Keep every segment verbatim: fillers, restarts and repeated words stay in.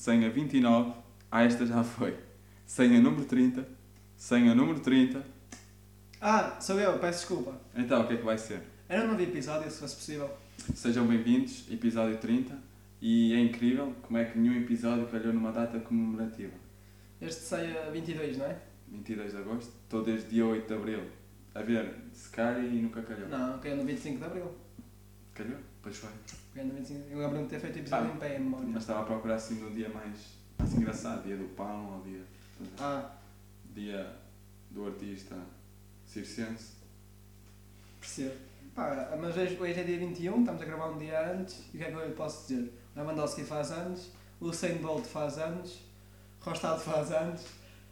senha vinte e nove. Ah, esta já foi. Senha número trinta. Senha número trinta. Ah, sou eu, peço desculpa. Então, o que é que vai ser? Era um novo episódio, se fosse possível. Sejam bem-vindos, episódio trinta. E é incrível como é que nenhum episódio calhou numa data comemorativa. Este sai a vinte e dois, não é? vinte e dois de agosto. Estou desde dia oito de abril a ver se calha e nunca calhou. Não, caiu no vinte e cinco de abril. Calhou? Pois foi. Caiu no vinte e cinco. Eu lembro-me de ter feito o episódio Ah, em pé, em memória. Mas estava a procurar assim de um dia mais, mais engraçado. Dia do pão ou dia... Ah, Dia do artista circense. percebo. Pá, mas hoje, hoje é dia vinte e um, estamos a gravar um dia antes. E o que é que eu lhe posso dizer? O Lewandowski faz anos, o Usain Bolt faz anos, Rostado faz anos.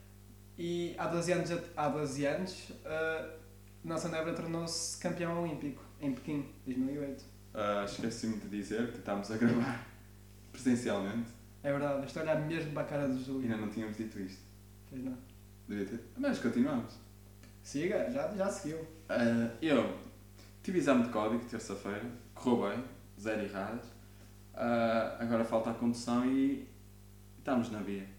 E há doze anos, há doze anos uh, Nelson Évora tornou-se campeão olímpico em Pequim, dois mil e oito. Uh, esqueci-me de dizer que estamos a gravar presencialmente. É verdade, estou a olhar mesmo para a cara do E Júlio. ainda não tínhamos dito isto. Pois não. Devia ter. Mas continuamos. Siga, já, já seguiu. Uh, eu tive exame de código terça-feira, correu bem, zero erradas. Uh, agora falta a condução e estamos na via.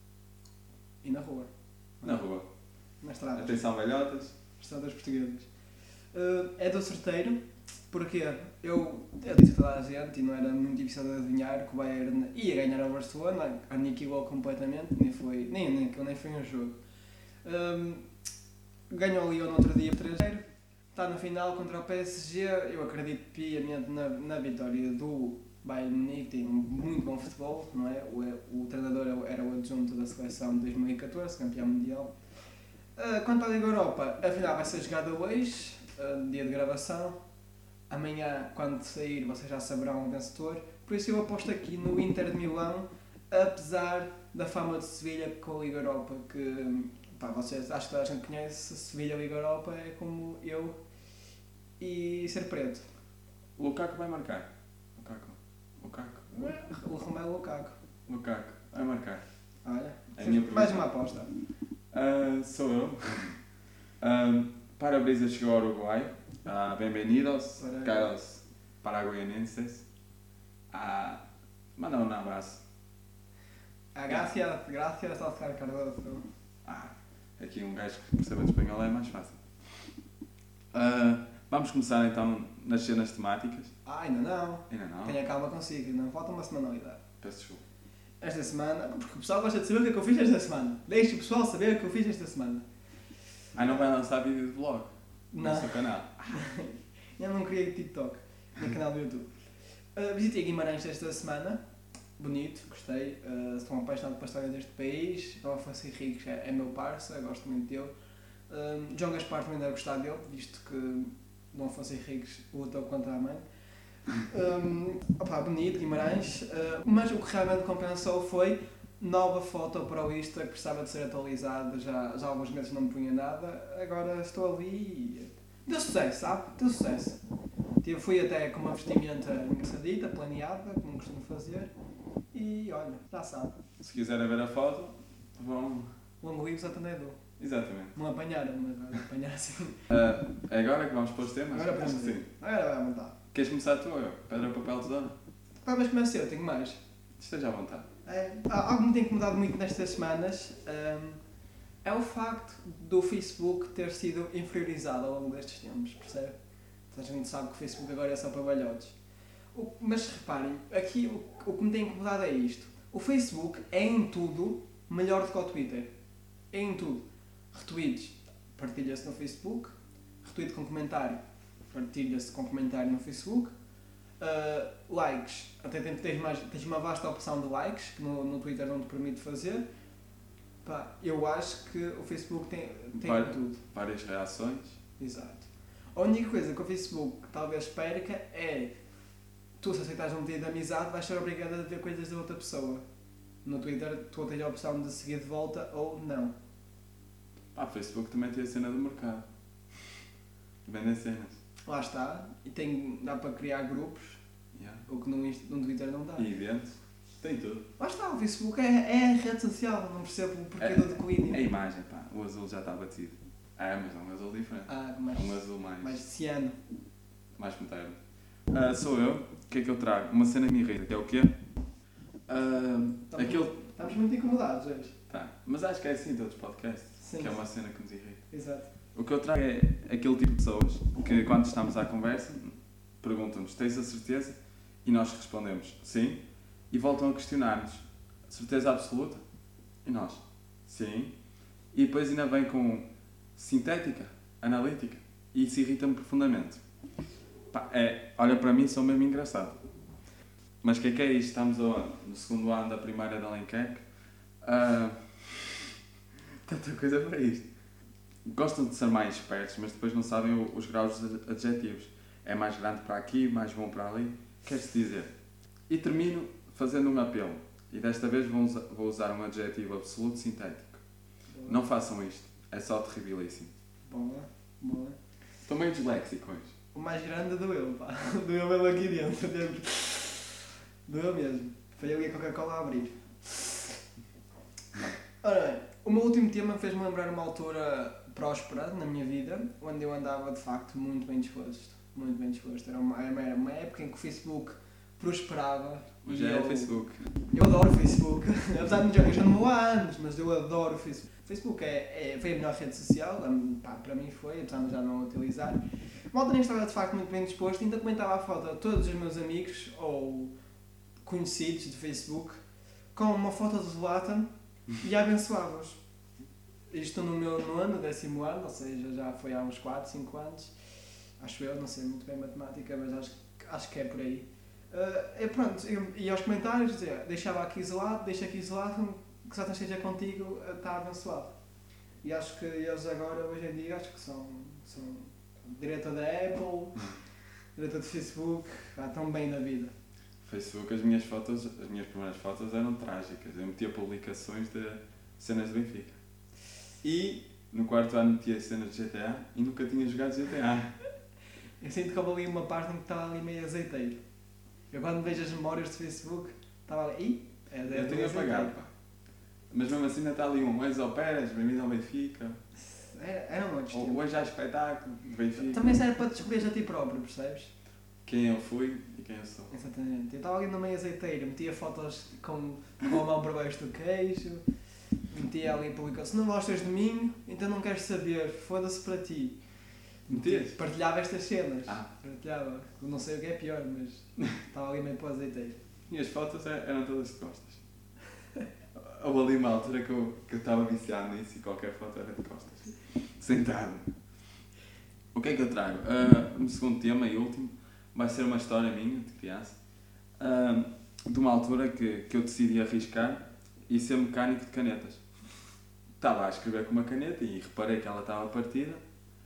E na rua. Na rua. Na estrada. Atenção, velhotas. Estradas portuguesas. Uh, é do certeiro, porque eu, eu disse a toda a gente, e não era muito difícil de adivinhar, que o Bayern ia ganhar o Barcelona, aniquilou completamente, nem foi, nem, nem, nem foi um jogo. Um, ganhou o Lyon no outro dia por três a zero, está na final contra o P S G, eu acredito piamente na, na vitória do Bayern Munique, tem um muito bom futebol, não é? O, o treinador era o adjunto da seleção de dois mil e catorze, campeão mundial. Uh, quanto à Liga Europa, a final vai ser jogada hoje, uh, dia de gravação. Amanhã, quando sair, vocês já saberão o vencedor. Por isso eu aposto aqui no Inter de Milão, apesar da fama de Sevilha com a Liga Europa, que pá, vocês, acho que toda a gente conhece, Sevilha Liga Europa é como eu e ser preto. O Lukaku vai marcar. Lukaku. Lukaku. O Romelu Lukaku. Lukaku. Vai marcar. Olha, É a minha mais previsão. uma aposta. Uh, sou eu. Um, Para-brisa chegou ao Uruguai. Uh, Bem-vindos, Para- caros paraguaienses. Uh, Manda um abraço. A gracia, gracias ao Oscar Cardoso. Ah, aqui um gajo que perceba de espanhol é mais fácil. Uh, vamos começar então nas cenas temáticas. Ah, ainda não. Ainda não? Tenha calma consigo, não falta uma semanalidade. Peço desculpa. Esta semana, porque o pessoal gosta de saber o que é que eu fiz esta semana. Deixe o pessoal saber o que eu fiz esta semana. Ah, não vai lançar vídeo de vlog no Não, seu canal? eu não criei TikTok no canal do YouTube. Uh, visitei Guimarães esta semana. Bonito, gostei. Uh, estou apaixonado pela história deste país. Dom Afonso Henriques é, é meu parça, gosto muito dele. Uh, João Gaspar também deve gostar dele, visto que Dom Afonso Henriques lutou contra a mãe. Um, opa, bonito, Guimarães, uh, mas o que realmente compensou foi nova foto para o Insta que precisava de ser atualizada, já, já há alguns meses não me punha nada, agora estou ali e deu sucesso, sabe? Deu sucesso. Tive, fui até com uma vestimenta engraçadita, planeada, como costumo fazer, e olha, já sabe, Se quiserem ver a foto, vão... longo livros até nem dou. Exatamente. Não apanharam, mas agora apanhar assim. Uh, é agora que vamos para os temas? Agora Acho podemos que ir. sim. Agora vai à vontade. Queres começar tu ou eu? Pedra, papel, tesoura? Ah, mas comece eu, tenho mais. Esteja à vontade. É, algo que me tem incomodado muito nestas semanas um, é o facto do Facebook ter sido inferiorizado ao longo destes tempos, percebe? Toda a gente sabe que o Facebook agora é só para velhotes. O, mas reparem, aqui o, o que me tem incomodado é isto. O Facebook é em tudo melhor do que o Twitter. É em tudo. Retweets, partilha-se no Facebook. Retweet com comentário, partilha-se com comentário no Facebook. Uh, likes, até tens, mais, tens uma vasta opção de likes que no, no Twitter não te permite fazer. Pá, eu acho que o Facebook tem, tem Vai- tudo. Várias reações. Exato. A única coisa que o Facebook talvez perca é tu, se aceitares um pedido de amizade, vais ser obrigado a ver coisas da outra pessoa. No Twitter tu tens a opção de seguir de volta ou não. Ah, o Facebook também tem a cena do mercado. Vendem cenas. Lá está, e tem, dá para criar grupos, Yeah. o que no, Insta- no Twitter não dá. E eventos. Tem tudo. Lá está, o Facebook é, é a rede social, não percebo o porquê É- do declínio. A imagem, pá. O azul já está batido. Ah, mas é um azul diferente. Ah, É mais, um azul mais, mais mais, de ciano. moderno. Ah, sou eu. O que é que eu trago? Uma cena que me irrita, que é o quê? Ah, Estamos, aquele... estamos muito incomodados hoje. Tá. Mas acho que é assim todos os podcasts, Sim. que é uma cena que nos irrita. Exato. O que eu trago é aquele tipo de pessoas que, quando estamos à conversa, perguntam-nos: tens a certeza? E nós respondemos sim, e voltam a questionar-nos: certeza absoluta? E nós: sim. E depois ainda vem com sintética, analítica, e isso irrita-me profundamente. Pá, é, olha, para mim são mesmo engraçado. Mas o que é que é isto? Estamos no segundo ano da primária de Alenquer. Uh, tanta coisa para isto. Gostam de ser mais espertos, mas depois não sabem os graus adjetivos. É mais grande para aqui, mais bom para ali. Quer-se dizer. E termino fazendo um apelo. E desta vez vou usar, vou usar um adjetivo absoluto sintético. Boa. Não façam isto. É só terribilíssimo. Boa, boa. Estou meio disléxico hoje. O mais grande doeu, pá. Doeu mesmo aqui dentro. Doeu mesmo. Foi ali a Coca-Cola a abrir. Ora bem, o meu último tema fez-me lembrar uma altura próspera na minha vida, onde eu andava de facto muito bem disposto. Muito bem disposto. Era uma, era uma época em que o Facebook prosperava. Mas e já é eu, o Facebook. Eu adoro o Facebook. Apesar de eu já não vou há anos, mas eu adoro o Facebook. O Facebook é, é, foi a melhor rede social, pá, para mim foi, apesar de já não a utilizar. Malta nem estava de facto muito bem disposto, ainda comentava a foto a todos os meus amigos ou conhecidos de Facebook com uma foto de Zlatan e abençoava-os. Isto no meu nono, décimo ano, ou seja, já foi há uns quatro, cinco anos. Acho eu, não sei muito bem matemática, mas acho, acho que é por aí. Uh, e pronto, eu ia aos comentários, dizia, deixava aqui isolado, deixa aqui isolado, que Satan esteja contigo, está abençoado. E acho que eles agora, hoje em dia, acho que são, são diretor da Apple, diretor do Facebook, ah, estão bem na vida. Facebook, as minhas fotos, as minhas primeiras fotos eram trágicas. Eu metia publicações de cenas de Benfica. E no quarto ano metia cenas de G T A e nunca tinha jogado G T A. Eu sinto que houve ali uma parte em que estava ali meio azeiteiro. Eu quando vejo as memórias do Facebook, estava ali, ih, é Eu tenho apagado, pá. Mas mesmo assim ainda está ali um Enzo Pérez, bem-vindo ao Benfica. Era, era um outro Ou hoje há espetáculo, Benfica. Também serve para te descobrir a ti próprio, percebes? Quem eu fui e quem eu sou. Exatamente. Eu estava ali no meio azeiteiro, metia fotos com, com a mão por baixo do queixo, metia ali publicação. Se não gostas de mim, então não queres saber, foda-se para ti. Metias? Partilhava estas cenas. Ah. Partilhava. Não sei o que é pior, mas estava ali meio para o azeiteiro. E as fotos eram todas de costas. Houve ali uma altura que eu que eu estava viciado nisso e qualquer foto era de costas. Sentado. O que é que eu trago? Uh, um segundo tema e último vai ser uma história minha, de criança, uh, de uma altura que, que eu decidi arriscar e ser mecânico de canetas. Estava a escrever com uma caneta e reparei que ela estava partida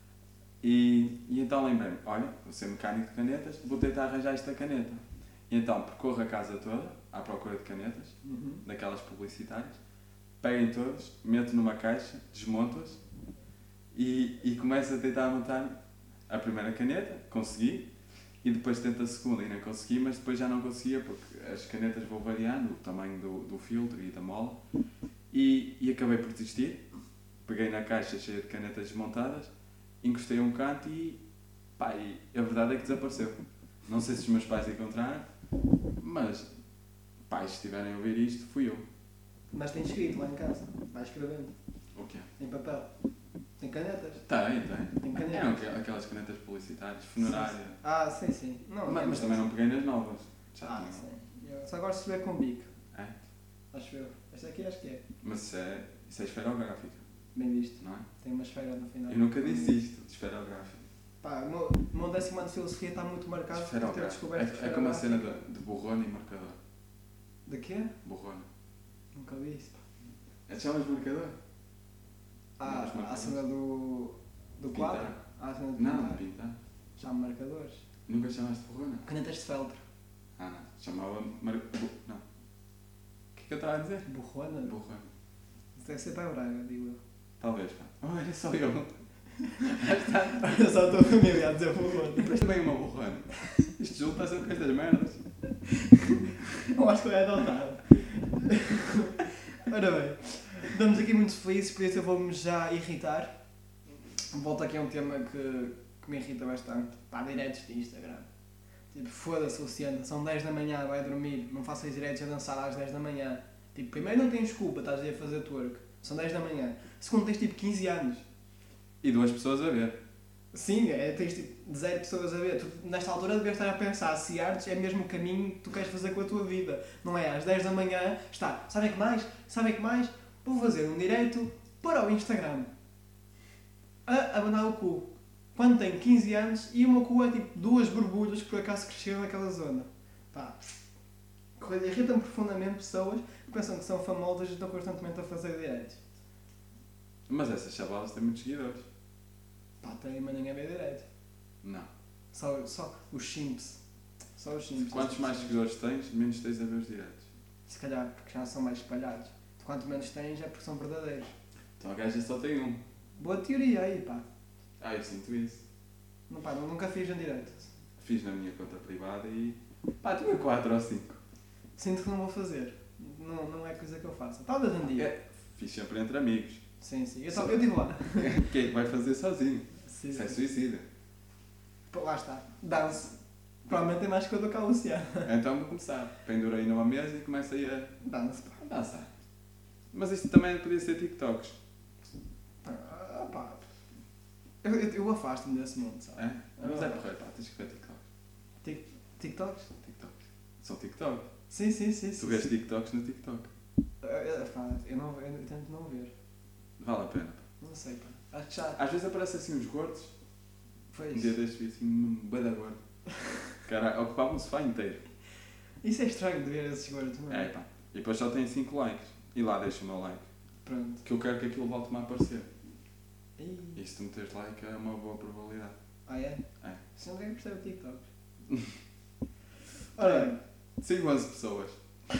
e, e então lembrei-me, olha, vou ser mecânico de canetas, vou tentar arranjar esta caneta. E então percorro a casa toda à procura de canetas, Uhum. daquelas publicitárias, pego em todas, meto numa caixa, desmonto-as e, e começo a tentar montar a primeira caneta, consegui, e depois tento a segunda e não consegui, mas depois já não conseguia porque as canetas vão variando, o tamanho do, do filtro e da mola, e, e acabei por desistir. Peguei na caixa cheia de canetas desmontadas, encostei a um canto e, pá, e a verdade é que desapareceu. Não sei se os meus pais encontraram, mas, pá, se estiverem a ouvir isto, fui eu. Mas tem escrito lá em casa, vai escrevendo, O quê? em papel. Tem canetas. Tem, tem. Tem canetas. Eram aqu- aquelas canetas publicitárias, funerária. Ah, sim, sim. Não, Mas, mas também não peguei nas novas. Já Ah, tinha. sim. Eu só gosto de ver com bico. É? Acho eu. Esta aqui acho que é. Mas isso é, isso é esferográfica, Bem visto. não é? Tem uma esfera no final. Eu nunca disse isto, de esferográfica. Pá, o meu, o meu décimo ano de filosofia está muito marcado por ter Esferográfica. descoberto É, é como a cena esferográfica. de, de borrona e marcador. De quê? Borrona. Nunca vi isso. pá. É que chamas marcador? Ah, Mas marcadores. a cena do. do quadro? Pintar. Ah, a cena de Não, pintar. de pintar. Chama marcadores. Nunca chamaste borrona? Canetas de feltro. Ah, não. Chamava mar... bo- Não. O que é que eu estava a dizer? Borrona? Borrona. Isso deve ser para Braga, digo eu. Talvez, pá. Oh, era só eu. Olha só a tua família a dizer borrona. Depois também uma borrona. Isto junta sempre com estas merdas. Eu acho que é adotado. Ora bem, estamos aqui muito felizes, por isso eu vou-me já irritar. Volto aqui a um tema que, que me irrita bastante. Pá, diretos de Instagram. Tipo, foda-se, Luciana, são dez da manhã, vai dormir, não faças direitos a dançar às dez da manhã. Tipo, primeiro não tens desculpa, estás aí a fazer twerk, são dez da manhã. Segundo, tens tipo quinze anos. E duas pessoas a ver. Sim, é, tens tipo zero pessoas a ver. Tu, nesta altura, devias estar a pensar se artes é mesmo o caminho que tu queres fazer com a tua vida. Não é? Às dez da manhã, está, sabem que mais? Sabem que mais? Vou fazer um direito para o Instagram. A abanar o cu. Quando tenho quinze anos e o meu cu é tipo duas borbulhas que por acaso cresceram naquela zona. Pá. Irritam profundamente pessoas que pensam que são famosas e estão constantemente a fazer direitos. Mas essas chavalas têm muitos seguidores. Pá, tem, mas ninguém vê direito. Não. Só, só os simps. Só os simps. Quantos mais seguidores tens, menos tens a ver os diretos. Se calhar porque já são mais espalhados. Quanto menos tens é porque são verdadeiros. Então a gaja só tem um. Boa teoria aí, pá. Ah, eu sinto isso. Não, pá, nunca fiz em direito. Fiz na minha conta privada e... Pá, tinha quatro ou cinco. Sinto que não vou fazer. Não, não é coisa que eu faça. Talvez um dia. É, fiz sempre entre amigos. Sim, sim. Eu, eu digo lá. Quem é que vai fazer sozinho? Sim, Isso é sim. suicida. Pô, lá está. Dance. Provavelmente tem mais que eu do que a Luciana. Então vou começar. Pendurei numa mesa e começo aí a Dance, pá. a dançar. Mas isto também podia ser TikToks. Ah, pá. Eu, eu, eu afasto-me desse mundo, sabe? É? Mas é porreiro, pá. Tens que ver TikToks. TikToks? TikToks. São TikTok. Sim, sim, sim. sim Tu vês sim. TikToks no TikTok. Eu, eu, pá, eu, não, eu tento não ver. Vale a pena. Pá. Não sei, pá. Acho que já. Às vezes aparecem assim uns gordos. Foi Um dia destes vi assim um bué da gordo. Cara, ocupava um sofá inteiro. Isso é estranho de ver esses gordos, não é? É, pá. E depois só tem cinco likes. E lá deixa o meu like. Pronto. Que eu quero que aquilo volte-me a aparecer. Ih. E se tu meteres like é uma boa probabilidade. Ah, é? É. Se ninguém percebe o TikTok. Ora, Sigo onze pessoas.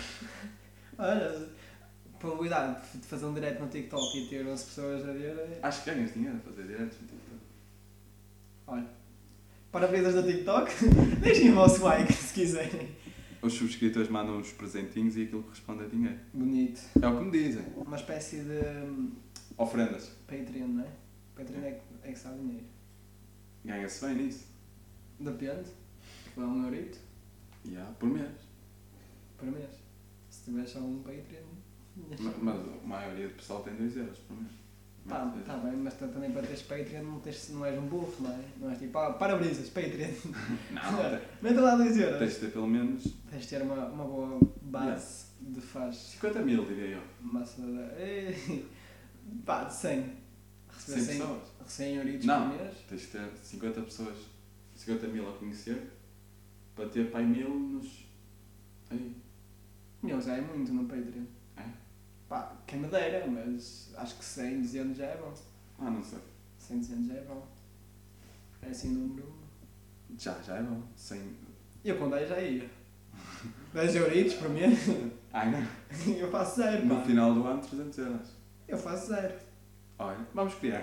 olha, a probabilidade de fazer um direto no TikTok e ter onze pessoas a ver é... Acho que ganhas dinheiro a fazer diretos no TikTok. Olha, parabéns da TikTok, deixem o vosso like se quiserem. Os subscritores mandam uns presentinhos e aquilo corresponde a dinheiro. Bonito. É o que me dizem. Uma espécie de hum, Ofrendas. Patreon, não é? Patreon é que, é que sabe dinheiro. Ganha-se bem nisso. Depende. Dá um eurito E há por mês. por mês. Se tiver só um Patreon... Ma- Mas a maioria do pessoal tem dois euros por mês. Tá, Mas, tá bem, mas também para teres Patreon não, tens, não és um burro, não é? Não és tipo, ah, para-brisas, Patreon. Não, te- Meta lá dois euros. tens de ter pelo menos Tens de ter uma, uma boa base de faz cinquenta mil, diria eu. massa de... Ei, pá, de cem. Receber cem cem, pessoas. cem euritos Não. por mês. Tens de ter cinquenta pessoas, cinquenta mil a conhecer, para ter pai mil nos... Aí. Meu, já é muito no Patreon. É? Pá, quem me dera, mas acho que cem, duzentos já é bom. Ah, não sei. cem, duzentos já é bom. É assim o número... Já, já é bom. cem... Eu com dez já ia. dez euritos por mês. Ai não. Eu faço zero, No pá. final do ano, trezentos euros. Eu faço zero. Olha, vamos criar.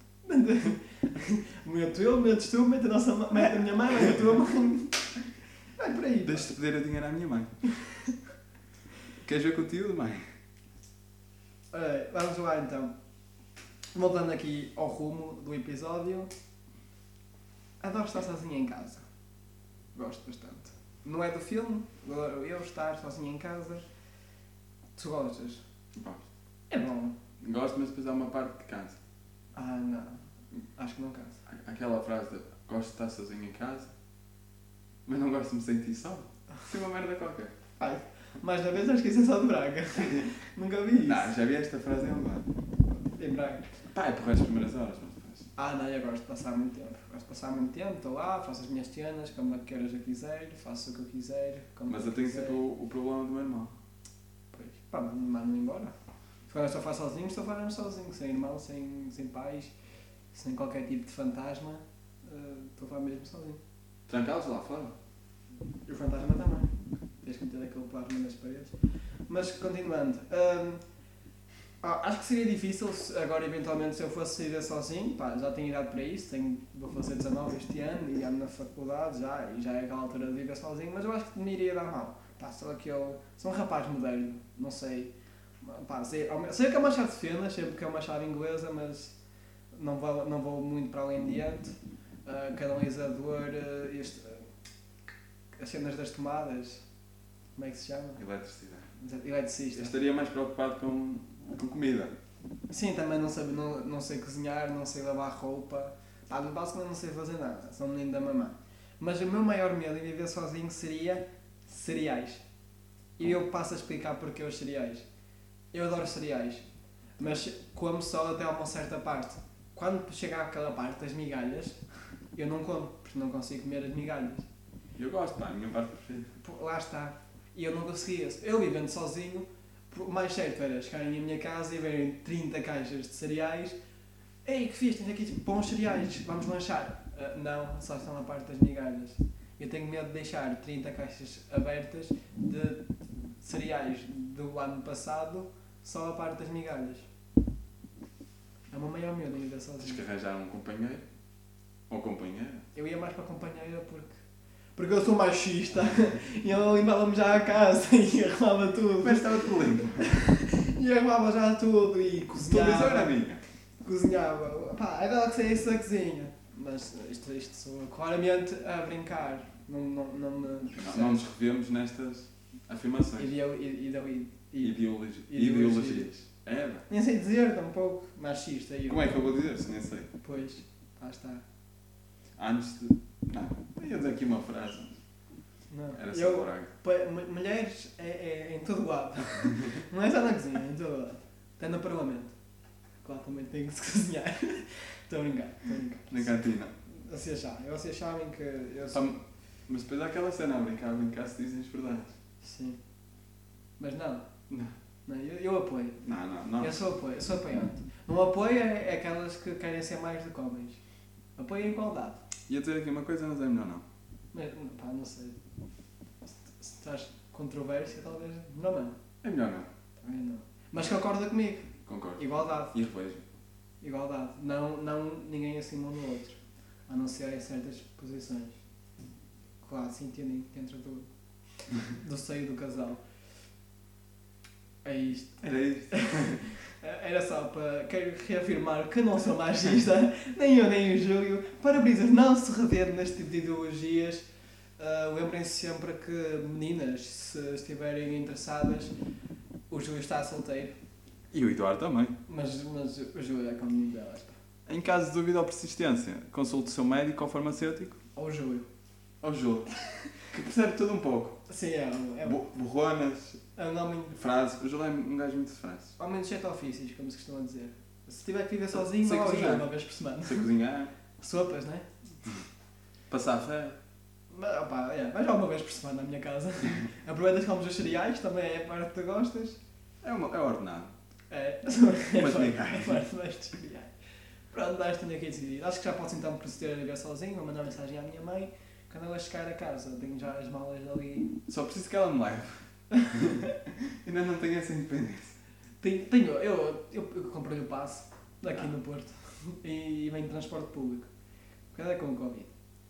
Meto eu, metes tu, mete a, nossa, ma- mete a minha mãe, mete a tua mãe. Vai por aí. Deixa-te pedir a dinheiro à minha mãe. Queres ver contigo, mãe? Ora, vamos lá então. Voltando aqui ao rumo do episódio. Adoro estar sozinha em casa. Gosto bastante. Não é do filme, adoro eu estar sozinha em casa. Tu gostas? Gosto. É bom. Gosto, mas depois há uma parte que cansa. Ah, não. Acho que não cansa. Aquela frase de gosto de estar sozinho em casa, mas não gosto de me sentir só. Isso é uma merda qualquer. Ai, mais uma vez acho que isso é só de Braga. Nunca vi isso. Não, já vi esta frase em algum lado. Em Braga. Pá, é por as primeiras horas, mas depois. Ah, não, eu gosto de passar muito tempo. Gosto de passar muito tempo, estou lá, faço as minhas cenas, como a que horas eu quiser, faço o que eu quiser. Como Mas eu eu tenho quiser. sempre o, o problema do meu irmão. Pois. Pá, mando-me embora. Quando eu estou a fazer sozinho, estou a fazer sozinho, sem irmão, sem, sem pais, sem qualquer tipo de fantasma. Uh, estou a fazer mesmo sozinho. Trancá-los lá fora. E o fantasma também. Tens que meter aquele plasma nas paredes. Mas continuando. hum, ah, acho que seria difícil se agora eventualmente se eu fosse viver sozinho. Pá, já tenho idade para isso, tenho, vou fazer dezanove este ano e ando na faculdade já, e já é aquela altura de viver sozinho, mas eu acho que me iria dar mal. Pá, sou aquele. Sou um rapaz moderno, não sei. Pá, sei, sei que é uma chave de fenda, sempre que é uma chave inglesa, mas não vou, não vou muito para além diante. Uh, canalizador, uh, este, uh, as cenas das tomadas, como é que se chama? Eletricidade. Eu Eletricista. estaria mais preocupado com, com comida. Sim, também não sei, não, não sei cozinhar, não sei lavar roupa. Pá, basicamente não sei fazer nada, sou um menino da mamã. Mas o meu maior medo em viver sozinho seria cereais. E eu passo a explicar porque os cereais. Eu adoro cereais, mas como só até uma certa parte. Quando chegar àquela parte das migalhas, eu não como, porque não consigo comer as migalhas. Eu gosto, pá, a minha parte preferida. Pô, lá está. E eu não conseguia. Eu vivendo sozinho, o mais certo era chegarem à minha casa e verem trinta caixas de cereais. Ei, que fiz? Tens aqui tipo, bons cereais, vamos lanchar. Uh, não, só estão na parte das migalhas. Eu tenho medo de deixar trinta caixas abertas de cereais do ano passado, só a parte das migalhas. É o meu maior medo de viver Tens sozinho. que arranjar um companheiro. Ou companheira. Eu ia mais para a companheira porque... Porque eu sou machista e eu limpava-me já a casa e arrumava tudo. Mas estava tudo limpo. E arrumava já tudo e A televisão era cozinhava. minha. Cozinhava. Pá, é dela que sei isso da cozinha. Mas isto, isto sou eu claramente a brincar. Não, não, não me... Não, não nos revemos nestas afirmações. Ideo, ideo, ideo, Ideologi- Ideologias. Ideologias. É, pá. nem sei dizer tampouco. Machista. Eu. Como é que eu vou dizer se nem sei? Pois, lá está. Antes de... Não, eu ia dizer aqui uma frase. Não. Era só eu, Braga. pa- mu- mulheres é, é em todo lado. Não é só na cozinha, é em todo lado. Até no Parlamento. Claro, também tem que se cozinhar. Estou a brincar, estou a brincar. Na cantina. Vocês sabem, vocês sabem que eu Pá, sou... mas depois há aquela cena a brincar, a brincar se dizem as verdades. Sim. Mas não, Não, não eu, eu apoio. não, não. não. Eu sou apoio, eu sou apoiante. Não apoio é, é aquelas que querem ser mais do que homens. Apoio a igualdade. Ia dizer aqui uma coisa, mas é melhor não. Mas, pá, não sei. Se, se estás controvérsia, talvez não, não. É melhor não. Também não. Mas concorda comigo. Concordo. Igualdade. E revejo. Igualdade. Não, não ninguém acima um do outro. A não ser em certas posições. Claro, se entendem dentro do, do seio do casal. É isto. Era isto. Era só para. Quero reafirmar que não sou machista, nem eu nem o Júlio. Para-brisas, não se revede neste tipo de ideologias. Uh, Lembrem-se sempre que, meninas, se estiverem interessadas, o Júlio está solteiro. E o Eduardo também. Mas, mas o Júlio é com o menino delas. pá. Em caso de dúvida ou persistência, consulte o seu médico ou farmacêutico Ou o Júlio. ou Júlio, que percebe tudo um pouco. Sim, é um, é um, Bo- Borronas, é um homem, frases. O Júlio é um gajo muito de frases. homem de sete ofícios, como se costuma dizer. Se tiver que viver sozinho, Sei vai ao cozinhar. Júlio uma vez por semana. Sei cozinhar, Sopas, não é? passar a fé. Mas, opa, é, vai já uma vez por semana à minha casa. Aproveitas que comes os cereais, também é a parte que tu gostas. É, uma, é ordenado. É, Mas é a ninguém. parte- a parte mais de cereais. Pronto, acho que tenho aqui decidido. Acho que já posso então proceder a viver sozinho, vou mandar mensagem à minha mãe. Quando ela chegar a casa, tenho já as malas ali. Só preciso que ela me leve. Ainda não tenho essa independência. Tenho, tenho eu, eu, eu comprei o passe daqui no Porto e venho de transporte público. Cuidado é com o Covid.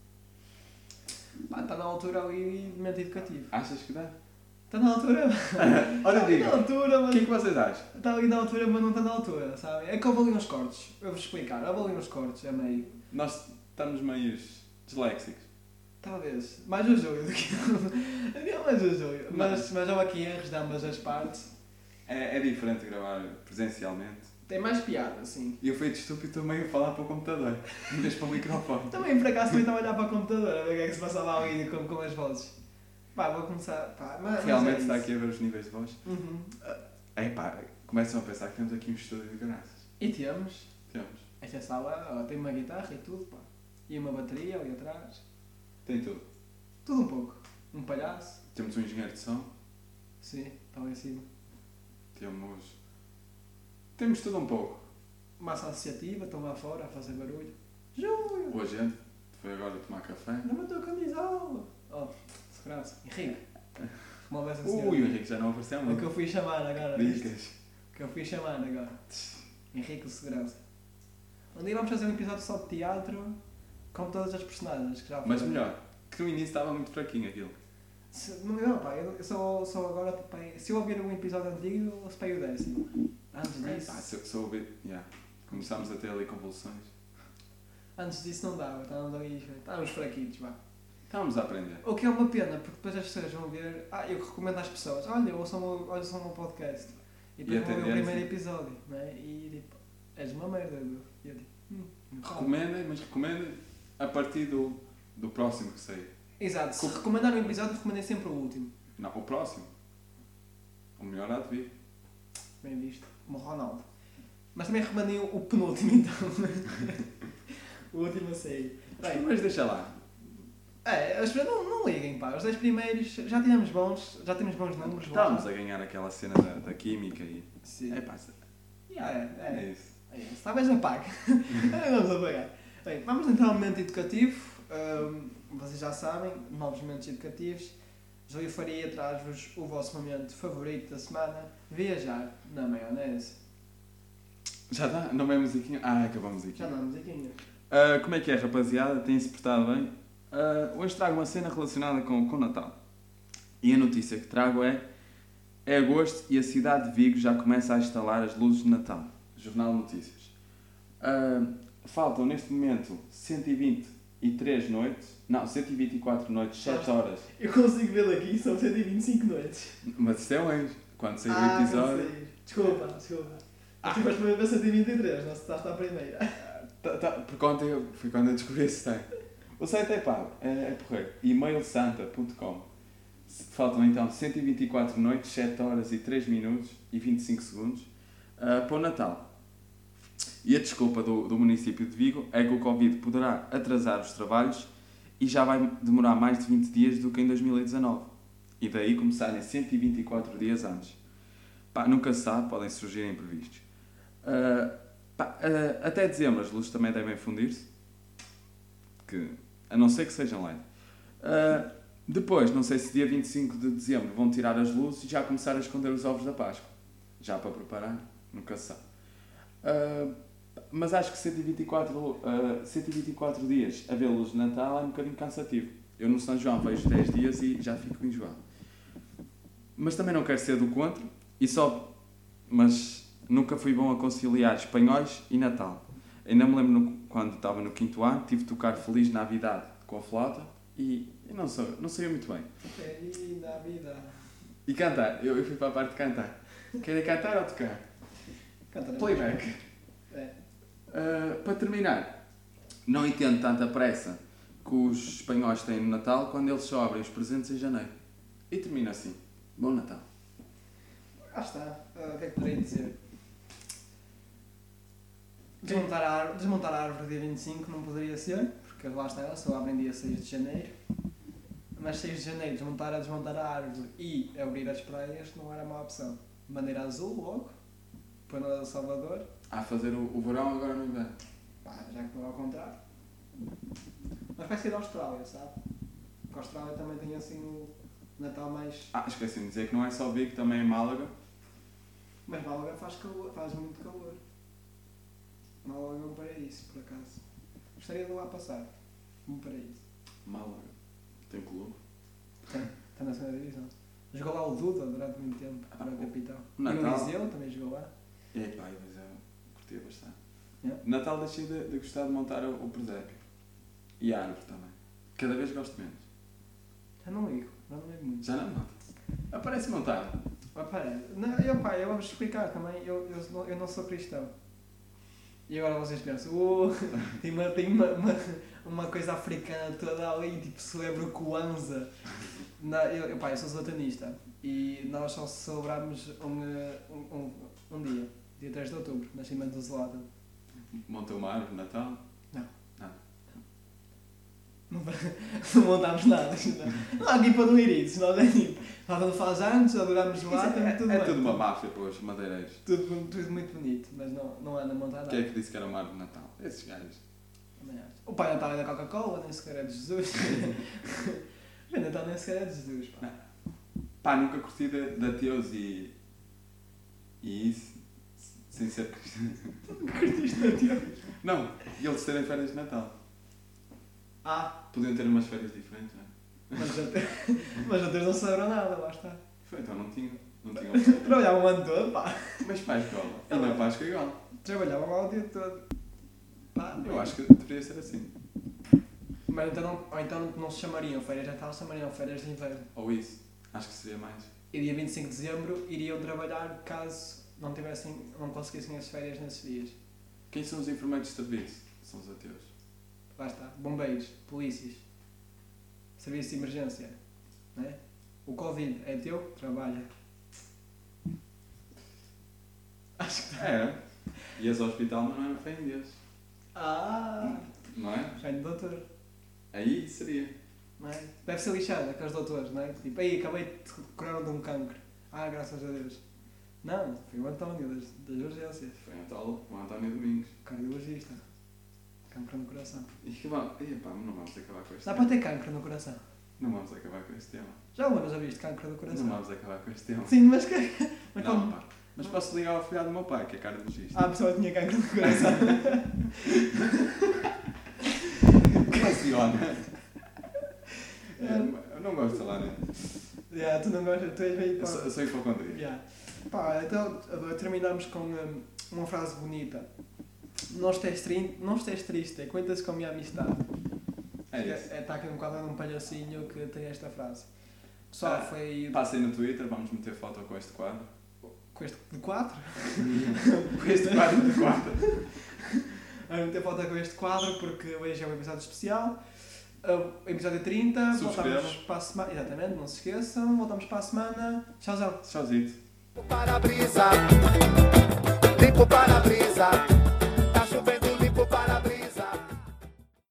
Pá, está na altura ali de momento educativo. Achas que dá? Está na altura. Ora, Está ali diga. na altura, O mas. que é que vocês acham? Está ali na altura, mas não está na altura, sabe? É que houve ali uns cortes. Eu vou explicar. Houve ali uns cortes, é meio. Nós estamos meios disléxicos. Talvez. Mais o Júlio do que eu. Havia mais o Júlio. Mas, Mas- mas houve aqui erros de ambas as partes. É, é diferente gravar presencialmente. Tem mais piada, sim. E eu feito estúpido também a falar para o computador, em vez para o microfone. Também por acaso também estava a olhar para o computador a ver o que é que se passava ali com, com as vozes. Pá, vou começar. Pá, mas, Realmente mas está é aqui a ver os níveis de voz. isso. Uhum. É pá, começam a pensar que temos aqui um estúdio de graças. E temos. Temos. Esta sala ó, tem uma guitarra e tudo, pá. E uma bateria ali atrás. Tem tudo. Tudo um pouco. Um palhaço. Temos um engenheiro de som. Sim, está lá em cima. Temos. Temos tudo um pouco. Massa associativa, estão lá fora a fazer barulho. Júlio! O agente foi agora tomar café. Não matou a camisola! Oh, segurança. Henrique. Remove essa senhora. Ui, o Henrique já não apareceu O que muito. eu fui chamar agora. viste? Dicas. O que eu fui chamar agora. Henrique o Segurança. Um dia vamos fazer um episódio só de teatro com todas as personagens que já Mas foram. melhor, que no início estava muito fraquinho aquilo. Se, não, não, pá, eu só, só agora, tipo, aí, se eu ouvir um episódio antigo, eu sepei o décimo. Antes Ok, disso, pá, se, se eu ouvir. Yeah. Começámos a ter ali convulsões. antes disso não dava, estávamos ali, estávamos fraquitos, vá. Estávamos a aprender. O que é uma pena, porque depois as pessoas vão ver. Ah, eu recomendo às pessoas: olha, ouçam o meu, ouçam o meu podcast. E depois E a vão ver o tendência? primeiro episódio, não é? E tipo, és uma merda, meu. E eu tipo, hum, calma. Recomendem, mas recomendem a partir do, do próximo que sair. Exato, se recomendar um episódio, recomendem sempre o último. Não, o próximo. O melhor há de vir. Bem visto, como o Ronaldo. Mas também recomendem o penúltimo, então. O último a sair. Bem, Mas deixa lá. é, as pessoas não, não liguem, pá. Os dois primeiros já tivemos bons, já temos bons números lá. Estávamos a ganhar aquela cena da, da química e. Sim. É pá, É, é, é isso. é isso. Talvez apague. Vamos apagar. Bem, vamos entrar no momento educativo. Hum, vocês já sabem, novos momentos educativos. Júlio Faria traz-vos o vosso momento favorito da semana: viajar na maionese. Já está? Não é musiquinha? Ah, acabou a musiquinha. Já não há musiquinha. Uh, como é que é, rapaziada? Tem-se portado bem? Uh, hoje trago uma cena relacionada com o Natal. E a notícia que trago é: é agosto e a cidade de Vigo já começa a instalar as luzes de Natal. Jornal de Notícias. Uh, faltam neste momento cento e vinte e três noites. Não, cento e vinte e quatro noites, sete horas. Eu consigo vê-lo aqui, são cento e vinte e cinco noites. Mas isto é hoje. Quando sair Ah, o episódio. não sei. Desculpa, desculpa. Ah. Tu foste para cento e vinte e três, não se estás à primeira. Tá, tá, porque ontem eu, foi quando eu descobri esse site. O site é pago, é, é porreiro. e mail santa ponto com. Faltam então cento e vinte e quatro noites, sete horas e três minutos e vinte e cinco segundos uh, para o Natal. E a desculpa do, do município de Vigo é que o Covid poderá atrasar os trabalhos e já vai demorar mais de vinte dias do que em dois mil e dezanove. E daí começarem cento e vinte e quatro dias antes. Pá, nunca se sabe, podem surgir imprevistos. Uh, pá, uh, até dezembro as luzes também devem fundir-se. Que, a não ser que sejam L E D. Uh, depois, não sei se dia vinte e cinco de dezembro vão tirar as luzes e já começar a esconder os ovos da Páscoa. Já para preparar, nunca se sabe. Uh, mas acho que cento e vinte e quatro, uh, cento e vinte e quatro dias a ver luz de Natal é um bocadinho cansativo. Eu no São João vejo dez dias e já fico enjoado. Mas também não quero ser do contra, e só, mas nunca fui bom a conciliar espanhóis e Natal. Ainda me lembro no, quando estava no quinto ano, tive de tocar Feliz Navidade com a flauta e, e não, sou, não saía muito bem. Feliz Navidade. E cantar, eu, eu fui para a parte de cantar. Querem cantar ou tocar? Canta na Playback. É. Uh, para terminar, não entendo tanta pressa que os espanhóis têm no Natal quando eles só abrem os presentes em janeiro. E termina assim. Bom Natal. Ah, está. Uh, o que é que poderei dizer? Desmontar a, árvore, desmontar a árvore dia vinte e cinco não poderia ser, porque lá está ela, só abrem dia seis de janeiro. Mas seis de janeiro, desmontar a desmontar a árvore e abrir as praias não era má opção. Bandeira azul logo, para o Salvador. A fazer o, o verão agora no inverno. Pá, já que não é ao contrário. Mas vai ser a Austrália, sabe? Porque a Austrália também tem assim o Natal mais. Ah, esqueci de dizer que não é só Vigo, também é Málaga. Mas Málaga faz calor, faz muito calor. Málaga é um paraíso, por acaso. Gostaria de lá passar. Um paraíso. Málaga. Tem clube. Está na segunda divisão. Jogou lá o Duda durante muito tempo, para a capital. E o Natal. Eliseu também jogou lá. É pá, mas eu curtia bastante. Yeah. Natal deixei de, de gostar de montar o, o presépio. E a árvore também. Cada vez gosto menos. Já não ligo, já não ligo muito. Já não monto. Aparece montar. Aparece. Não, eu, pá, eu vou-vos explicar também, eu, eu, não- eu não sou cristão. E agora vocês pensam, oh, tem, uma, tem uma, uma, uma coisa africana toda ali, tipo, celebra o Kwanzaa. Não, eu, eu, pá, eu sou satanista e nós só celebramos um, eh, um, um, um dia, dia três de outubro, nascimento do Zlatan. Monta uma árvore de Natal. Não, não montámos nada. Não, não há equipa do Irides, nós é tipo, nós não faz anos, adoramos Isso Zlatan, é, tudo é bem. tudo uma máfia para os madeireiros. Tudo, tudo muito bonito, mas não, não anda a montar nada. Quem é que disse que era uma árvore de Natal? Esses gajos. Também acho. O Pai Natal é da Coca-Cola, nem sequer é de Jesus. O Pai Natal nem sequer é de Jesus, pá. Pá, nunca curti de, de ateus e. e isso. Sem ser cristão. Curtiste de Deus? Não, e eles terem férias de Natal. Ah, Podiam ter umas férias diferentes, não é? mas até, mas até não celebram nada, lá está. Foi, então não tinha. Não tinha opção. Trabalhavam o ano todo, pá. Mas para a escola. E na Páscoa igual. Trabalhavam lá o dia todo. Pá, Eu acho que deveria ser assim. Mas então não, ou então não se chamariam férias de Natal, se chamariam férias de inverno. Ou isso. Acho que seria mais. E dia vinte e cinco de dezembro iriam trabalhar caso não tivessem, não conseguissem as férias nesses dias. Quem são os enfermeiros de serviço? São os ateus. Lá está. Bombeiros, polícias, serviço de emergência. Não é? O Covid é teu? Trabalha. Acho que está. É. Ias ao hospital, mas não é fé em Deus. Ah! Não é? Reino doutor. Aí seria. Não é? Deve ser lixado aqueles doutores, não é? Tipo, aí acabei de curar de um cancro. Ah, graças a Deus. Não, foi o António das, das urgências. Foi o tal, o António Domingos. Cardiologista. Cancro no coração. E que vamos. Epá, não vamos acabar com este Dá tema. para ter cancro no coração. Não vamos acabar com este tema. Já alguma vez já viste cancro no coração? Não vamos acabar com este tema. Sim, mas que. Mas Não, como? pá. Mas posso ligar ao filhado do meu pai, que é cardiologista. Ah, a pessoa tinha cancro no coração. Funciona. É, eu não gosto de falar, né? Yeah, tu não gostas, tu és meio Eu pá. sou, eu sou hipocondríaco. Yeah. Pá, então uh, terminamos com um, uma frase bonita. Não estejas tri- não estejas triste, conta-se com a minha amistade. É isso. Está é, tá aqui um quadro de um palhacinho que tem esta frase. Pessoal, Ah, foi Passem no Twitter, vamos meter foto com este quadro. com este de quatro. Com este quadro de quatro. Vamos meter foto com este quadro porque hoje é um episódio especial. Uh, episódio trinta, Subscrevam. voltamos para a semana. Exatamente, não se esqueçam. Voltamos para a semana. Tchauzão. Tchauzito. Para-brisa, limpo para-brisa.